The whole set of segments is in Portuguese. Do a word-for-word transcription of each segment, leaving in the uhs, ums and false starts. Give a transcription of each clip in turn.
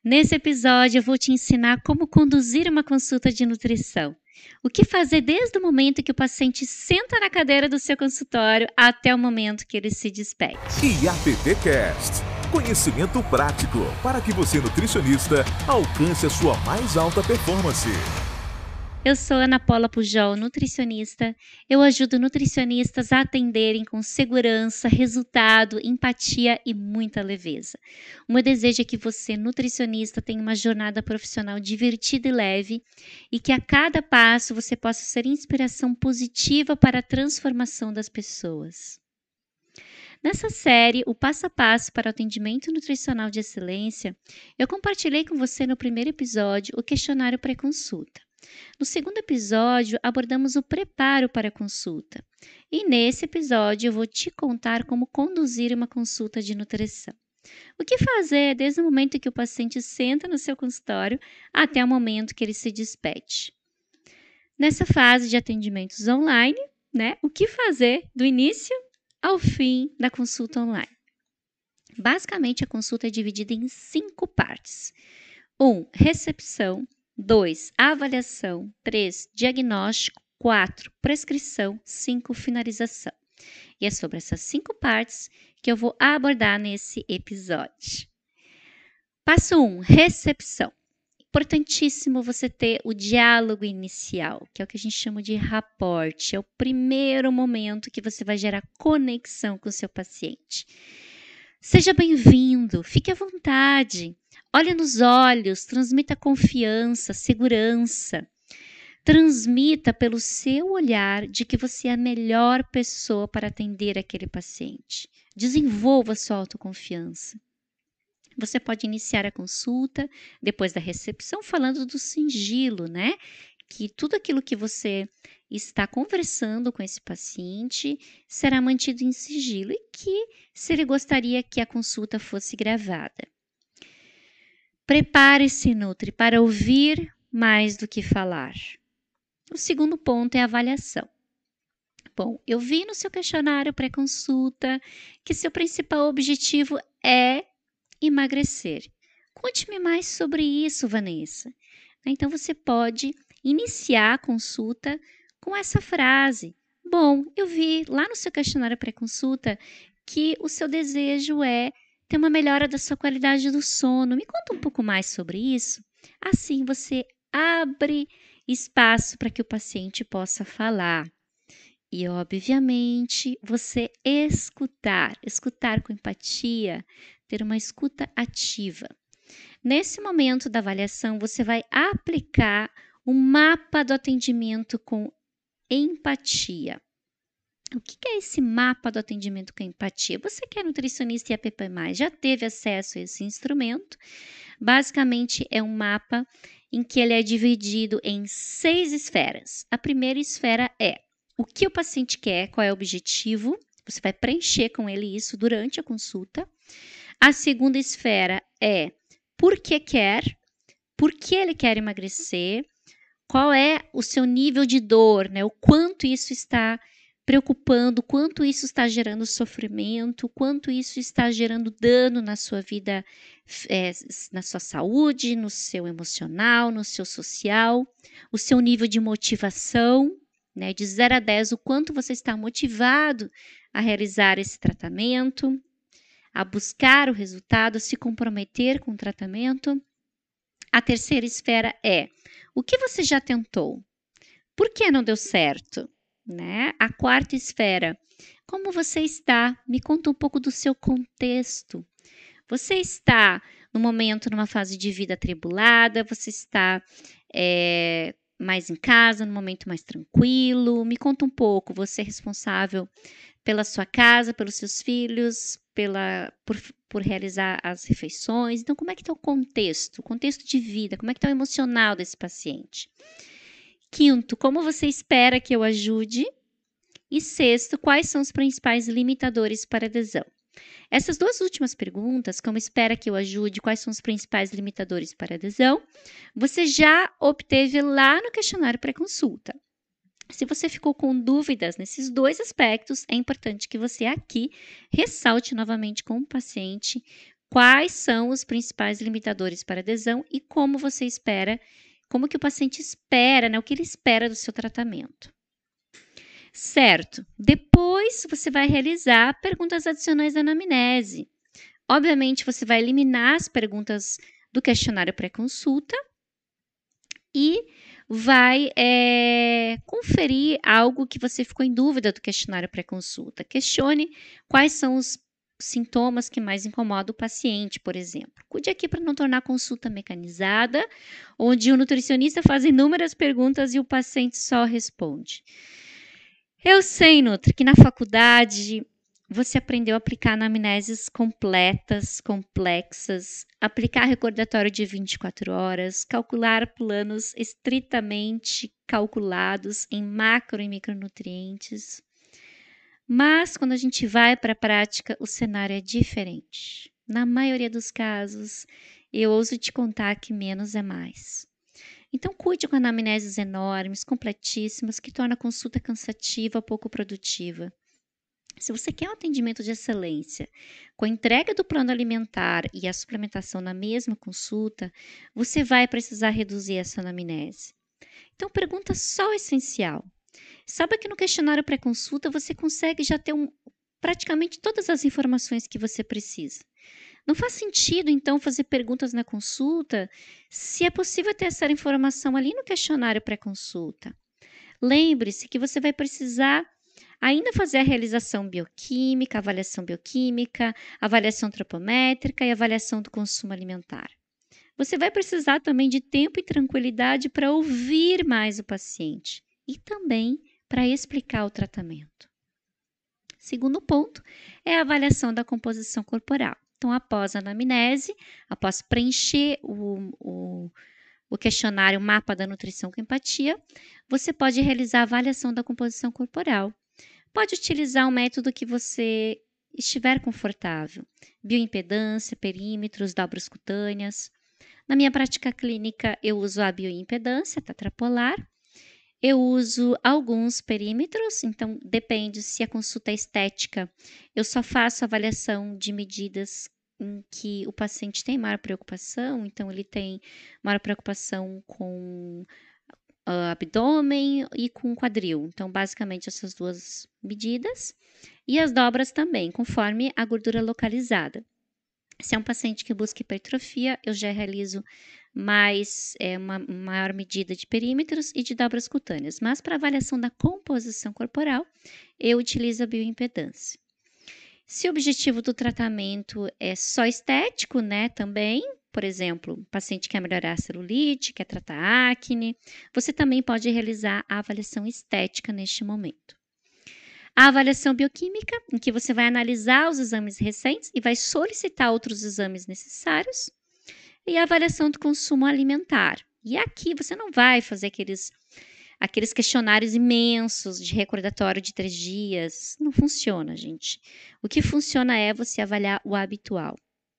Nesse episódio, eu vou te ensinar como conduzir uma consulta de nutrição. O que fazer desde o momento que o paciente senta na cadeira do seu consultório até o momento que ele se despede. I A P T Cast. Conhecimento prático para que você, nutricionista, alcance a sua mais alta performance. Eu sou Ana Paula Pujol, nutricionista. Eu ajudo nutricionistas a atenderem com segurança, resultado, empatia e muita leveza. O meu desejo é que você, nutricionista, tenha uma jornada profissional divertida e leve e que a cada passo você possa ser inspiração positiva para a transformação das pessoas. Nessa série, o passo a passo para o atendimento nutricional de excelência, eu compartilhei com você no primeiro episódio o questionário pré-consulta. No segundo episódio, abordamos o preparo para a consulta. E nesse episódio, eu vou te contar como conduzir uma consulta de nutrição. O que fazer desde o momento que o paciente senta no seu consultório até o momento que ele se despede. Nessa fase de atendimentos online, né, o que fazer do início ao fim da consulta online. Basicamente, a consulta é dividida em cinco partes. um. Recepção. dois. Avaliação. três. Diagnóstico. quatro. Prescrição. cinco. Finalização. E é sobre essas cinco partes que eu vou abordar nesse episódio. Passo um. Recepção. Importantíssimo você ter o diálogo inicial, que é o que a gente chama de rapport. É o primeiro momento que você vai gerar conexão com o seu paciente. Seja bem-vindo, fique à vontade. Olhe nos olhos, transmita confiança, segurança. Transmita pelo seu olhar de que você é a melhor pessoa para atender aquele paciente. Desenvolva sua autoconfiança. Você pode iniciar a consulta depois da recepção falando do sigilo, né? Que tudo aquilo que você está conversando com esse paciente será mantido em sigilo e que se ele gostaria que a consulta fosse gravada. Prepare-se, Nutri, para ouvir mais do que falar. O segundo ponto é a avaliação. Bom, eu vi no seu questionário pré-consulta que seu principal objetivo é emagrecer. Conte-me mais sobre isso, Vanessa. Então, você pode iniciar a consulta com essa frase. Bom, eu vi lá no seu questionário pré-consulta que o seu desejo é ter uma melhora da sua qualidade do sono. Me conta um pouco mais sobre isso. Assim, você abre espaço para que o paciente possa falar. E, obviamente, você escutar, escutar com empatia, ter uma escuta ativa. Nesse momento da avaliação, você vai aplicar o mapa do atendimento com empatia. O que é esse mapa do atendimento com empatia? Você que é nutricionista e A P P mais, já teve acesso a esse instrumento? Basicamente, é um mapa em que ele é dividido em seis esferas. A primeira esfera é o que o paciente quer, qual é o objetivo. Você vai preencher com ele isso durante a consulta. A segunda esfera é por que quer, por que ele quer emagrecer, qual é o seu nível de dor, né? O quanto isso está preocupando, quanto isso está gerando sofrimento, quanto isso está gerando dano na sua vida, é, na sua saúde, no seu emocional, no seu social, o seu nível de motivação, né? De zero a dez, o quanto você está motivado a realizar esse tratamento, a buscar o resultado, a se comprometer com o tratamento. A terceira esfera é o que você já tentou? Por que não deu certo? Né? A quarta esfera, como você está? Me conta um pouco do seu contexto. Você está no momento numa fase de vida atribulada? Você está é, mais em casa, num momento mais tranquilo? Me conta um pouco. Você é responsável pela sua casa, pelos seus filhos, pela, por, por realizar as refeições? Então, como é que está o contexto? O contexto de vida, como é que está o emocional desse paciente? Quinto, como você espera que eu ajude? E sexto, quais são os principais limitadores para adesão? Essas duas últimas perguntas, como espera que eu ajude, quais são os principais limitadores para adesão, você já obteve lá no questionário pré-consulta. Se você ficou com dúvidas nesses dois aspectos, é importante que você aqui ressalte novamente com o paciente quais são os principais limitadores para adesão e como você espera, como que o paciente espera, né? O que ele espera do seu tratamento. Certo. Depois você vai realizar perguntas adicionais da anamnese. Obviamente, você vai eliminar as perguntas do questionário pré-consulta e vai é, conferir algo que você ficou em dúvida do questionário pré-consulta. Questione quais são os sintomas que mais incomodam o paciente, por exemplo. Cuide aqui para não tornar a consulta mecanizada, onde o nutricionista faz inúmeras perguntas e o paciente só responde. Eu sei, Nutri, que na faculdade você aprendeu a aplicar anamneses completas, complexas, aplicar recordatório de vinte e quatro horas, calcular planos estritamente calculados em macro e micronutrientes. Mas quando a gente vai para a prática, o cenário é diferente. Na maioria dos casos, eu ouso te contar que menos é mais. Então, cuide com anamneses enormes, completíssimas, que torna a consulta cansativa, pouco produtiva. Se você quer um atendimento de excelência, com a entrega do plano alimentar e a suplementação na mesma consulta, você vai precisar reduzir essa anamnese. Então, pergunta só o essencial. Saiba que no questionário pré-consulta você consegue já ter um, praticamente todas as informações que você precisa. Não faz sentido, então, fazer perguntas na consulta se é possível ter essa informação ali no questionário pré-consulta. Lembre-se que você vai precisar ainda fazer a realização bioquímica, avaliação bioquímica, avaliação antropométrica e avaliação do consumo alimentar. Você vai precisar também de tempo e tranquilidade para ouvir mais o paciente e também para explicar o tratamento. Segundo ponto é a avaliação da composição corporal. Então, após a anamnese, após preencher o, o, o questionário Mapa da Nutrição com Empatia, você pode realizar a avaliação da composição corporal. Pode utilizar um método que você estiver confortável. Bioimpedância, perímetros, dobras cutâneas. Na minha prática clínica, eu uso a bioimpedância tetrapolar. Eu uso alguns perímetros, então depende se a consulta é estética. Eu só faço avaliação de medidas em que o paciente tem maior preocupação, então ele tem maior preocupação com uh, abdômen e com quadril. Então, basicamente, essas duas medidas. E as dobras também, conforme a gordura localizada. Se é um paciente que busca hipertrofia, eu já realizo mais é, uma maior medida de perímetros e de dobras cutâneas. Mas para avaliação da composição corporal, eu utilizo a bioimpedância. Se o objetivo do tratamento é só estético, né, também, por exemplo, o paciente quer melhorar a celulite, quer tratar acne, você também pode realizar a avaliação estética neste momento. A avaliação bioquímica, em que você vai analisar os exames recentes e vai solicitar outros exames necessários. E a avaliação do consumo alimentar. E aqui você não vai fazer aqueles, aqueles questionários imensos de recordatório de três dias. Não funciona, gente. O que funciona é você avaliar o habitual.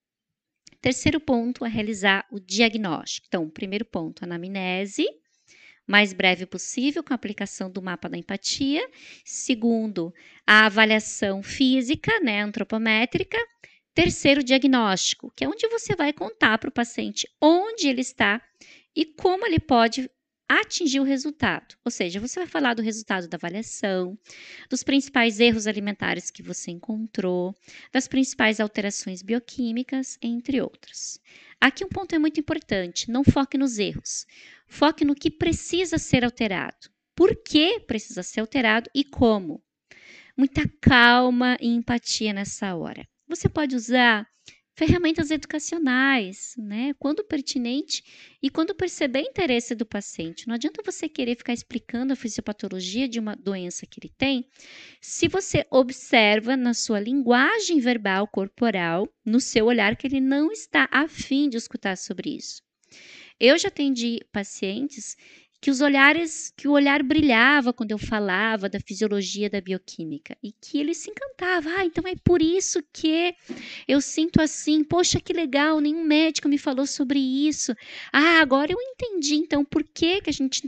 Terceiro ponto é realizar o diagnóstico. Então, primeiro ponto, anamnese. Mais breve possível, com a aplicação do mapa da empatia. Segundo, a avaliação física, né, antropométrica. Terceiro, diagnóstico, que é onde você vai contar para o paciente onde ele está e como ele pode atingir o resultado. Ou seja, você vai falar do resultado da avaliação, dos principais erros alimentares que você encontrou, das principais alterações bioquímicas, entre outras. Aqui um ponto é muito importante, não foque nos erros, foque no que precisa ser alterado, por que precisa ser alterado e como. Muita calma e empatia nessa hora. Você pode usar ferramentas educacionais, né? Quando pertinente e quando perceber interesse do paciente. Não adianta você querer ficar explicando a fisiopatologia de uma doença que ele tem, se você observa na sua linguagem verbal corporal, no seu olhar, que ele não está afim de escutar sobre isso. Eu já atendi pacientes que os olhares, que o olhar brilhava quando eu falava da fisiologia da bioquímica e que ele se encantava. Ah, então é por isso que eu sinto assim. Poxa, que legal, nenhum médico me falou sobre isso. Ah, agora eu entendi então por que que a gente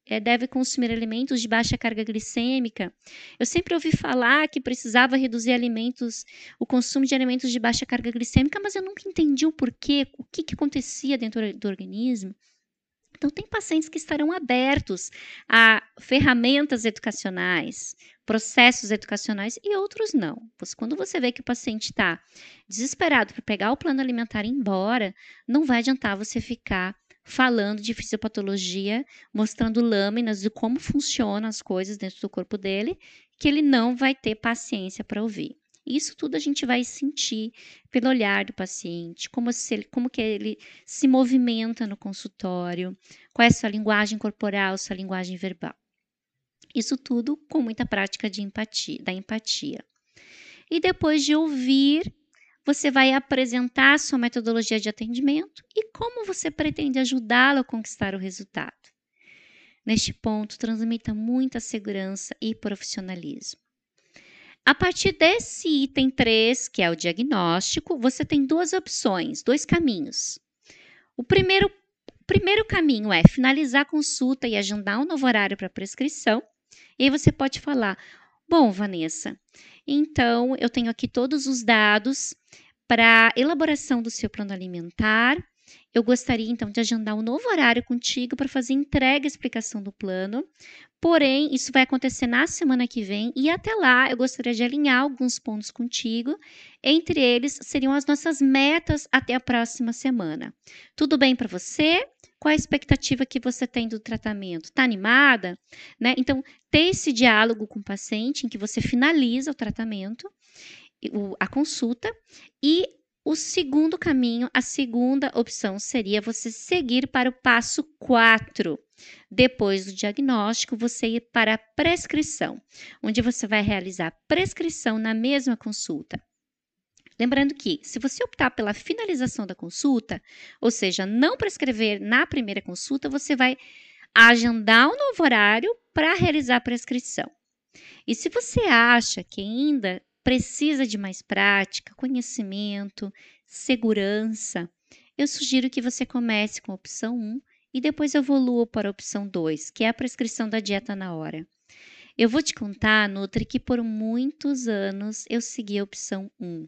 é, deve consumir alimentos de baixa carga glicêmica. Eu sempre ouvi falar que precisava reduzir alimentos, o consumo de alimentos de baixa carga glicêmica, mas eu nunca entendi o porquê, o que, que acontecia dentro do organismo. Então, tem pacientes que estarão abertos a ferramentas educacionais, processos educacionais e outros não. Quando você vê que o paciente está desesperado para pegar o plano alimentar e ir embora, não vai adiantar você ficar falando de fisiopatologia, mostrando lâminas de como funcionam as coisas dentro do corpo dele, que ele não vai ter paciência para ouvir. Isso tudo a gente vai sentir pelo olhar do paciente, como, se ele, como que ele se movimenta no consultório, qual é a sua linguagem corporal, sua linguagem verbal. Isso tudo com muita prática de empatia, da empatia. E depois de ouvir, você vai apresentar a sua metodologia de atendimento e como você pretende ajudá-lo a conquistar o resultado. Neste ponto, transmita muita segurança e profissionalismo. A partir desse item três, que é o diagnóstico, você tem duas opções, dois caminhos. O primeiro, o primeiro caminho é finalizar a consulta e agendar um novo horário para prescrição. E aí você pode falar, bom, Vanessa, então eu tenho aqui todos os dados para elaboração do seu plano alimentar. Eu gostaria então de agendar um novo horário contigo para fazer entrega e explicação do plano. Porém, isso vai acontecer na semana que vem e até lá eu gostaria de alinhar alguns pontos contigo. Entre eles seriam as nossas metas até a próxima semana. Tudo bem para você? Qual a expectativa que você tem do tratamento? Está animada? Né? Então, ter esse diálogo com o paciente em que você finaliza o tratamento, a consulta, e o segundo caminho, a segunda opção seria você seguir para o passo quatro. Depois do diagnóstico, você ir para a prescrição, onde você vai realizar a prescrição na mesma consulta. Lembrando que, se você optar pela finalização da consulta, ou seja, não prescrever na primeira consulta, você vai agendar um novo horário para realizar a prescrição. E se você acha que ainda precisa de mais prática, conhecimento, segurança, eu sugiro que você comece com a opção um e depois evolua para a opção dois, que é a prescrição da dieta na hora. Eu vou te contar, Nutri, que por muitos anos eu segui a opção um.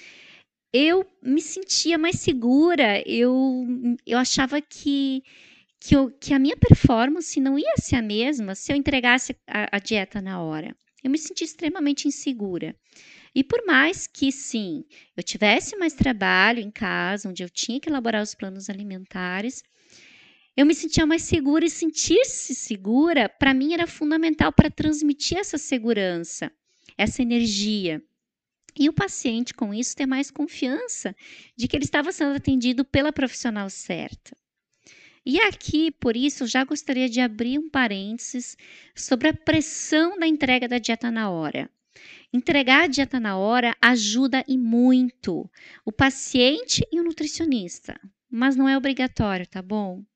Eu me sentia mais segura, eu, eu achava que, que, eu, que a minha performance não ia ser a mesma se eu entregasse a, a dieta na hora. Eu me senti extremamente insegura. E por mais que, sim, eu tivesse mais trabalho em casa, onde eu tinha que elaborar os planos alimentares, eu me sentia mais segura e sentir-se segura, para mim, era fundamental para transmitir essa segurança, essa energia. E o paciente, com isso, ter mais confiança de que ele estava sendo atendido pela profissional certa. E aqui, por isso, eu já gostaria de abrir um parênteses sobre a pressão da entrega da dieta na hora. Entregar a dieta na hora ajuda e muito o paciente e o nutricionista, mas não é obrigatório, tá bom?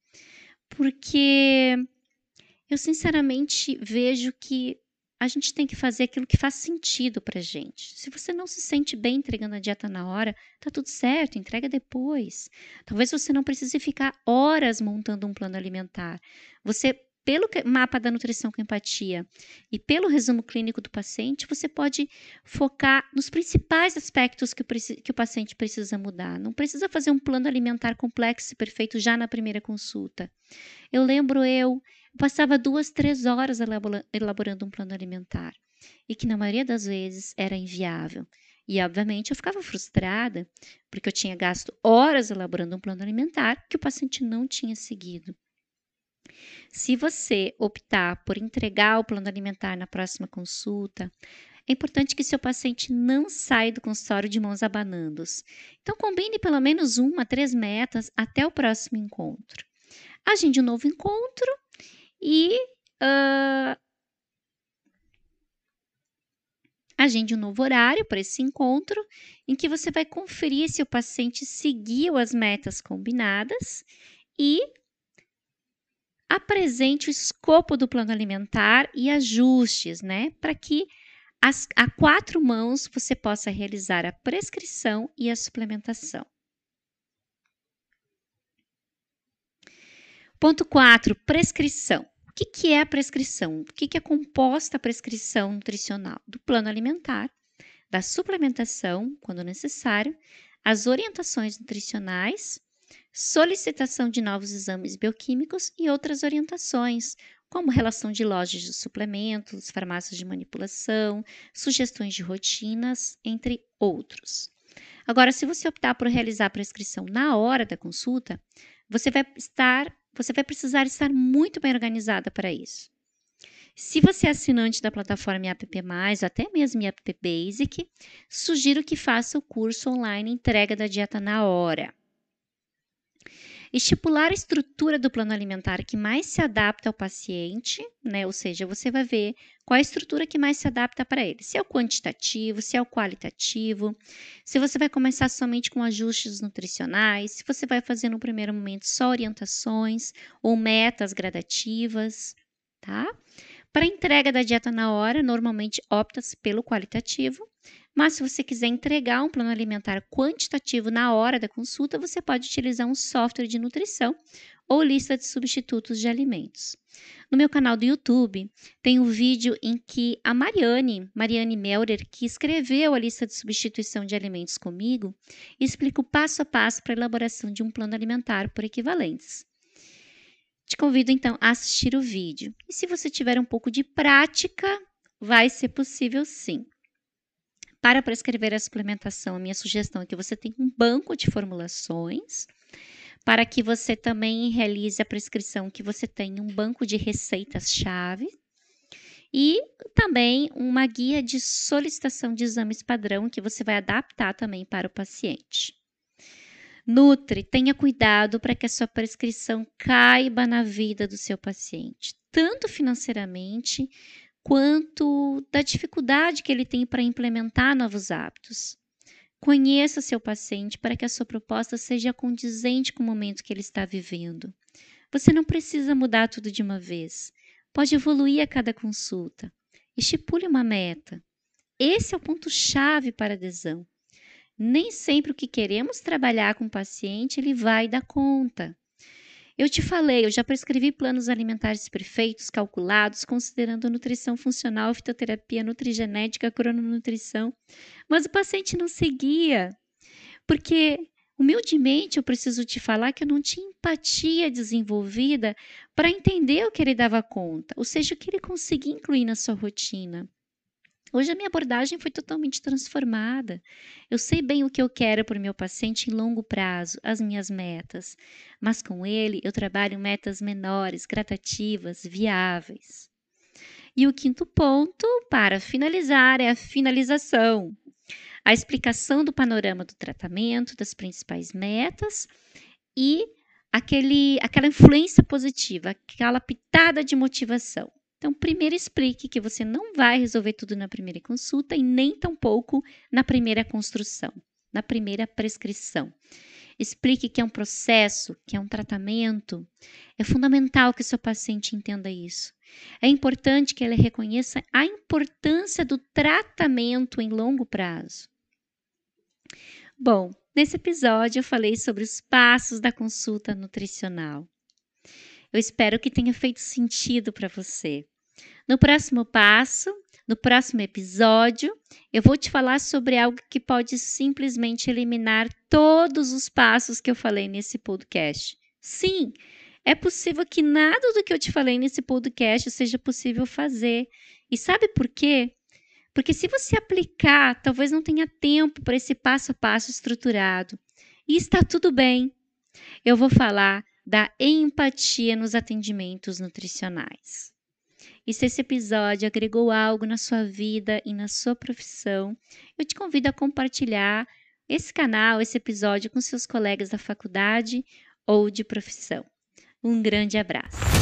Porque eu sinceramente vejo que a gente tem que fazer aquilo que faz sentido pra gente. Se você não se sente bem entregando a dieta na hora, tá tudo certo, entrega depois. Talvez você não precise ficar horas montando um plano alimentar. Você, pelo mapa da nutrição com empatia e pelo resumo clínico do paciente, você pode focar nos principais aspectos que o, que o paciente precisa mudar. Não precisa fazer um plano alimentar complexo e perfeito já na primeira consulta. Eu lembro eu passava duas, três horas elaborando um plano alimentar e que na maioria das vezes era inviável. E obviamente eu ficava frustrada porque eu tinha gasto horas elaborando um plano alimentar que o paciente não tinha seguido. Se você optar por entregar o plano alimentar na próxima consulta, é importante que seu paciente não saia do consultório de mãos abanando. Então combine pelo menos uma, três metas até o próximo encontro. Agende um novo encontro e uh, agende um novo horário para esse encontro, em que você vai conferir se o paciente seguiu as metas combinadas e apresente o escopo do plano alimentar e ajustes, né? Para que as, a quatro mãos você possa realizar a prescrição e a suplementação. Ponto quatro, prescrição. O que, que é a prescrição? O que, que é composta a prescrição nutricional? Do plano alimentar, da suplementação, quando necessário, as orientações nutricionais, solicitação de novos exames bioquímicos e outras orientações, como relação de lojas de suplementos, farmácias de manipulação, sugestões de rotinas, entre outros. Agora, se você optar por realizar a prescrição na hora da consulta, você vai estar, você vai precisar estar muito bem organizada para isso. Se você é assinante da plataforma I A P P mais, ou até mesmo I A P P Basic, sugiro que faça o curso online Entrega da Dieta na Hora. Estipular a estrutura do plano alimentar que mais se adapta ao paciente, né? Ou seja, você vai ver qual é a estrutura que mais se adapta para ele. Se é o quantitativo, se é o qualitativo, se você vai começar somente com ajustes nutricionais, se você vai fazer no primeiro momento só orientações ou metas gradativas, tá? Para a entrega da dieta na hora, normalmente opta-se pelo qualitativo, mas se você quiser entregar um plano alimentar quantitativo na hora da consulta, você pode utilizar um software de nutrição ou lista de substitutos de alimentos. No meu canal do YouTube, tem um vídeo em que a Mariane, Mariane Melder, que escreveu a lista de substituição de alimentos comigo, explica o passo a passo para a elaboração de um plano alimentar por equivalentes. Te convido, então, a assistir o vídeo. E se você tiver um pouco de prática, vai ser possível sim. Para prescrever a suplementação, a minha sugestão é que você tenha um banco de formulações. Para que você também realize a prescrição, que você tenha um banco de receitas-chave. E também uma guia de solicitação de exames padrão, que você vai adaptar também para o paciente. Nutri, tenha cuidado para que a sua prescrição caiba na vida do seu paciente, tanto financeiramente, quanto da dificuldade que ele tem para implementar novos hábitos. Conheça o seu paciente para que a sua proposta seja condizente com o momento que ele está vivendo. Você não precisa mudar tudo de uma vez. Pode evoluir a cada consulta. Estipule uma meta. Esse é o ponto-chave para a adesão. Nem sempre o que queremos trabalhar com o paciente, ele vai dar conta. Eu te falei, eu já prescrevi planos alimentares perfeitos, calculados, considerando nutrição funcional, fitoterapia, nutrigenética, crononutrição, mas o paciente não seguia, porque, humildemente, eu preciso te falar que eu não tinha empatia desenvolvida para entender o que ele dava conta, ou seja, o que ele conseguia incluir na sua rotina. Hoje a minha abordagem foi totalmente transformada. Eu sei bem o que eu quero para o meu paciente em longo prazo, as minhas metas. Mas com ele eu trabalho metas menores, gradativas, viáveis. E o quinto ponto, para finalizar, é a finalização. A explicação do panorama do tratamento, das principais metas e aquele, aquela influência positiva, aquela pitada de motivação. Então, primeiro explique que você não vai resolver tudo na primeira consulta e nem tampouco na primeira construção, na primeira prescrição. Explique que é um processo, que é um tratamento. É fundamental que seu paciente entenda isso. É importante que ele reconheça a importância do tratamento em longo prazo. Bom, nesse episódio eu falei sobre os passos da consulta nutricional. Eu espero que tenha feito sentido para você. No próximo passo, no próximo episódio, eu vou te falar sobre algo que pode simplesmente eliminar todos os passos que eu falei nesse podcast. Sim, é possível que nada do que eu te falei nesse podcast seja possível fazer. E sabe por quê? Porque se você aplicar, talvez não tenha tempo para esse passo a passo estruturado. E está tudo bem. Eu vou falar da empatia nos atendimentos nutricionais. E se esse episódio agregou algo na sua vida e na sua profissão, eu te convido a compartilhar esse canal, esse episódio com seus colegas da faculdade ou de profissão. Um grande abraço!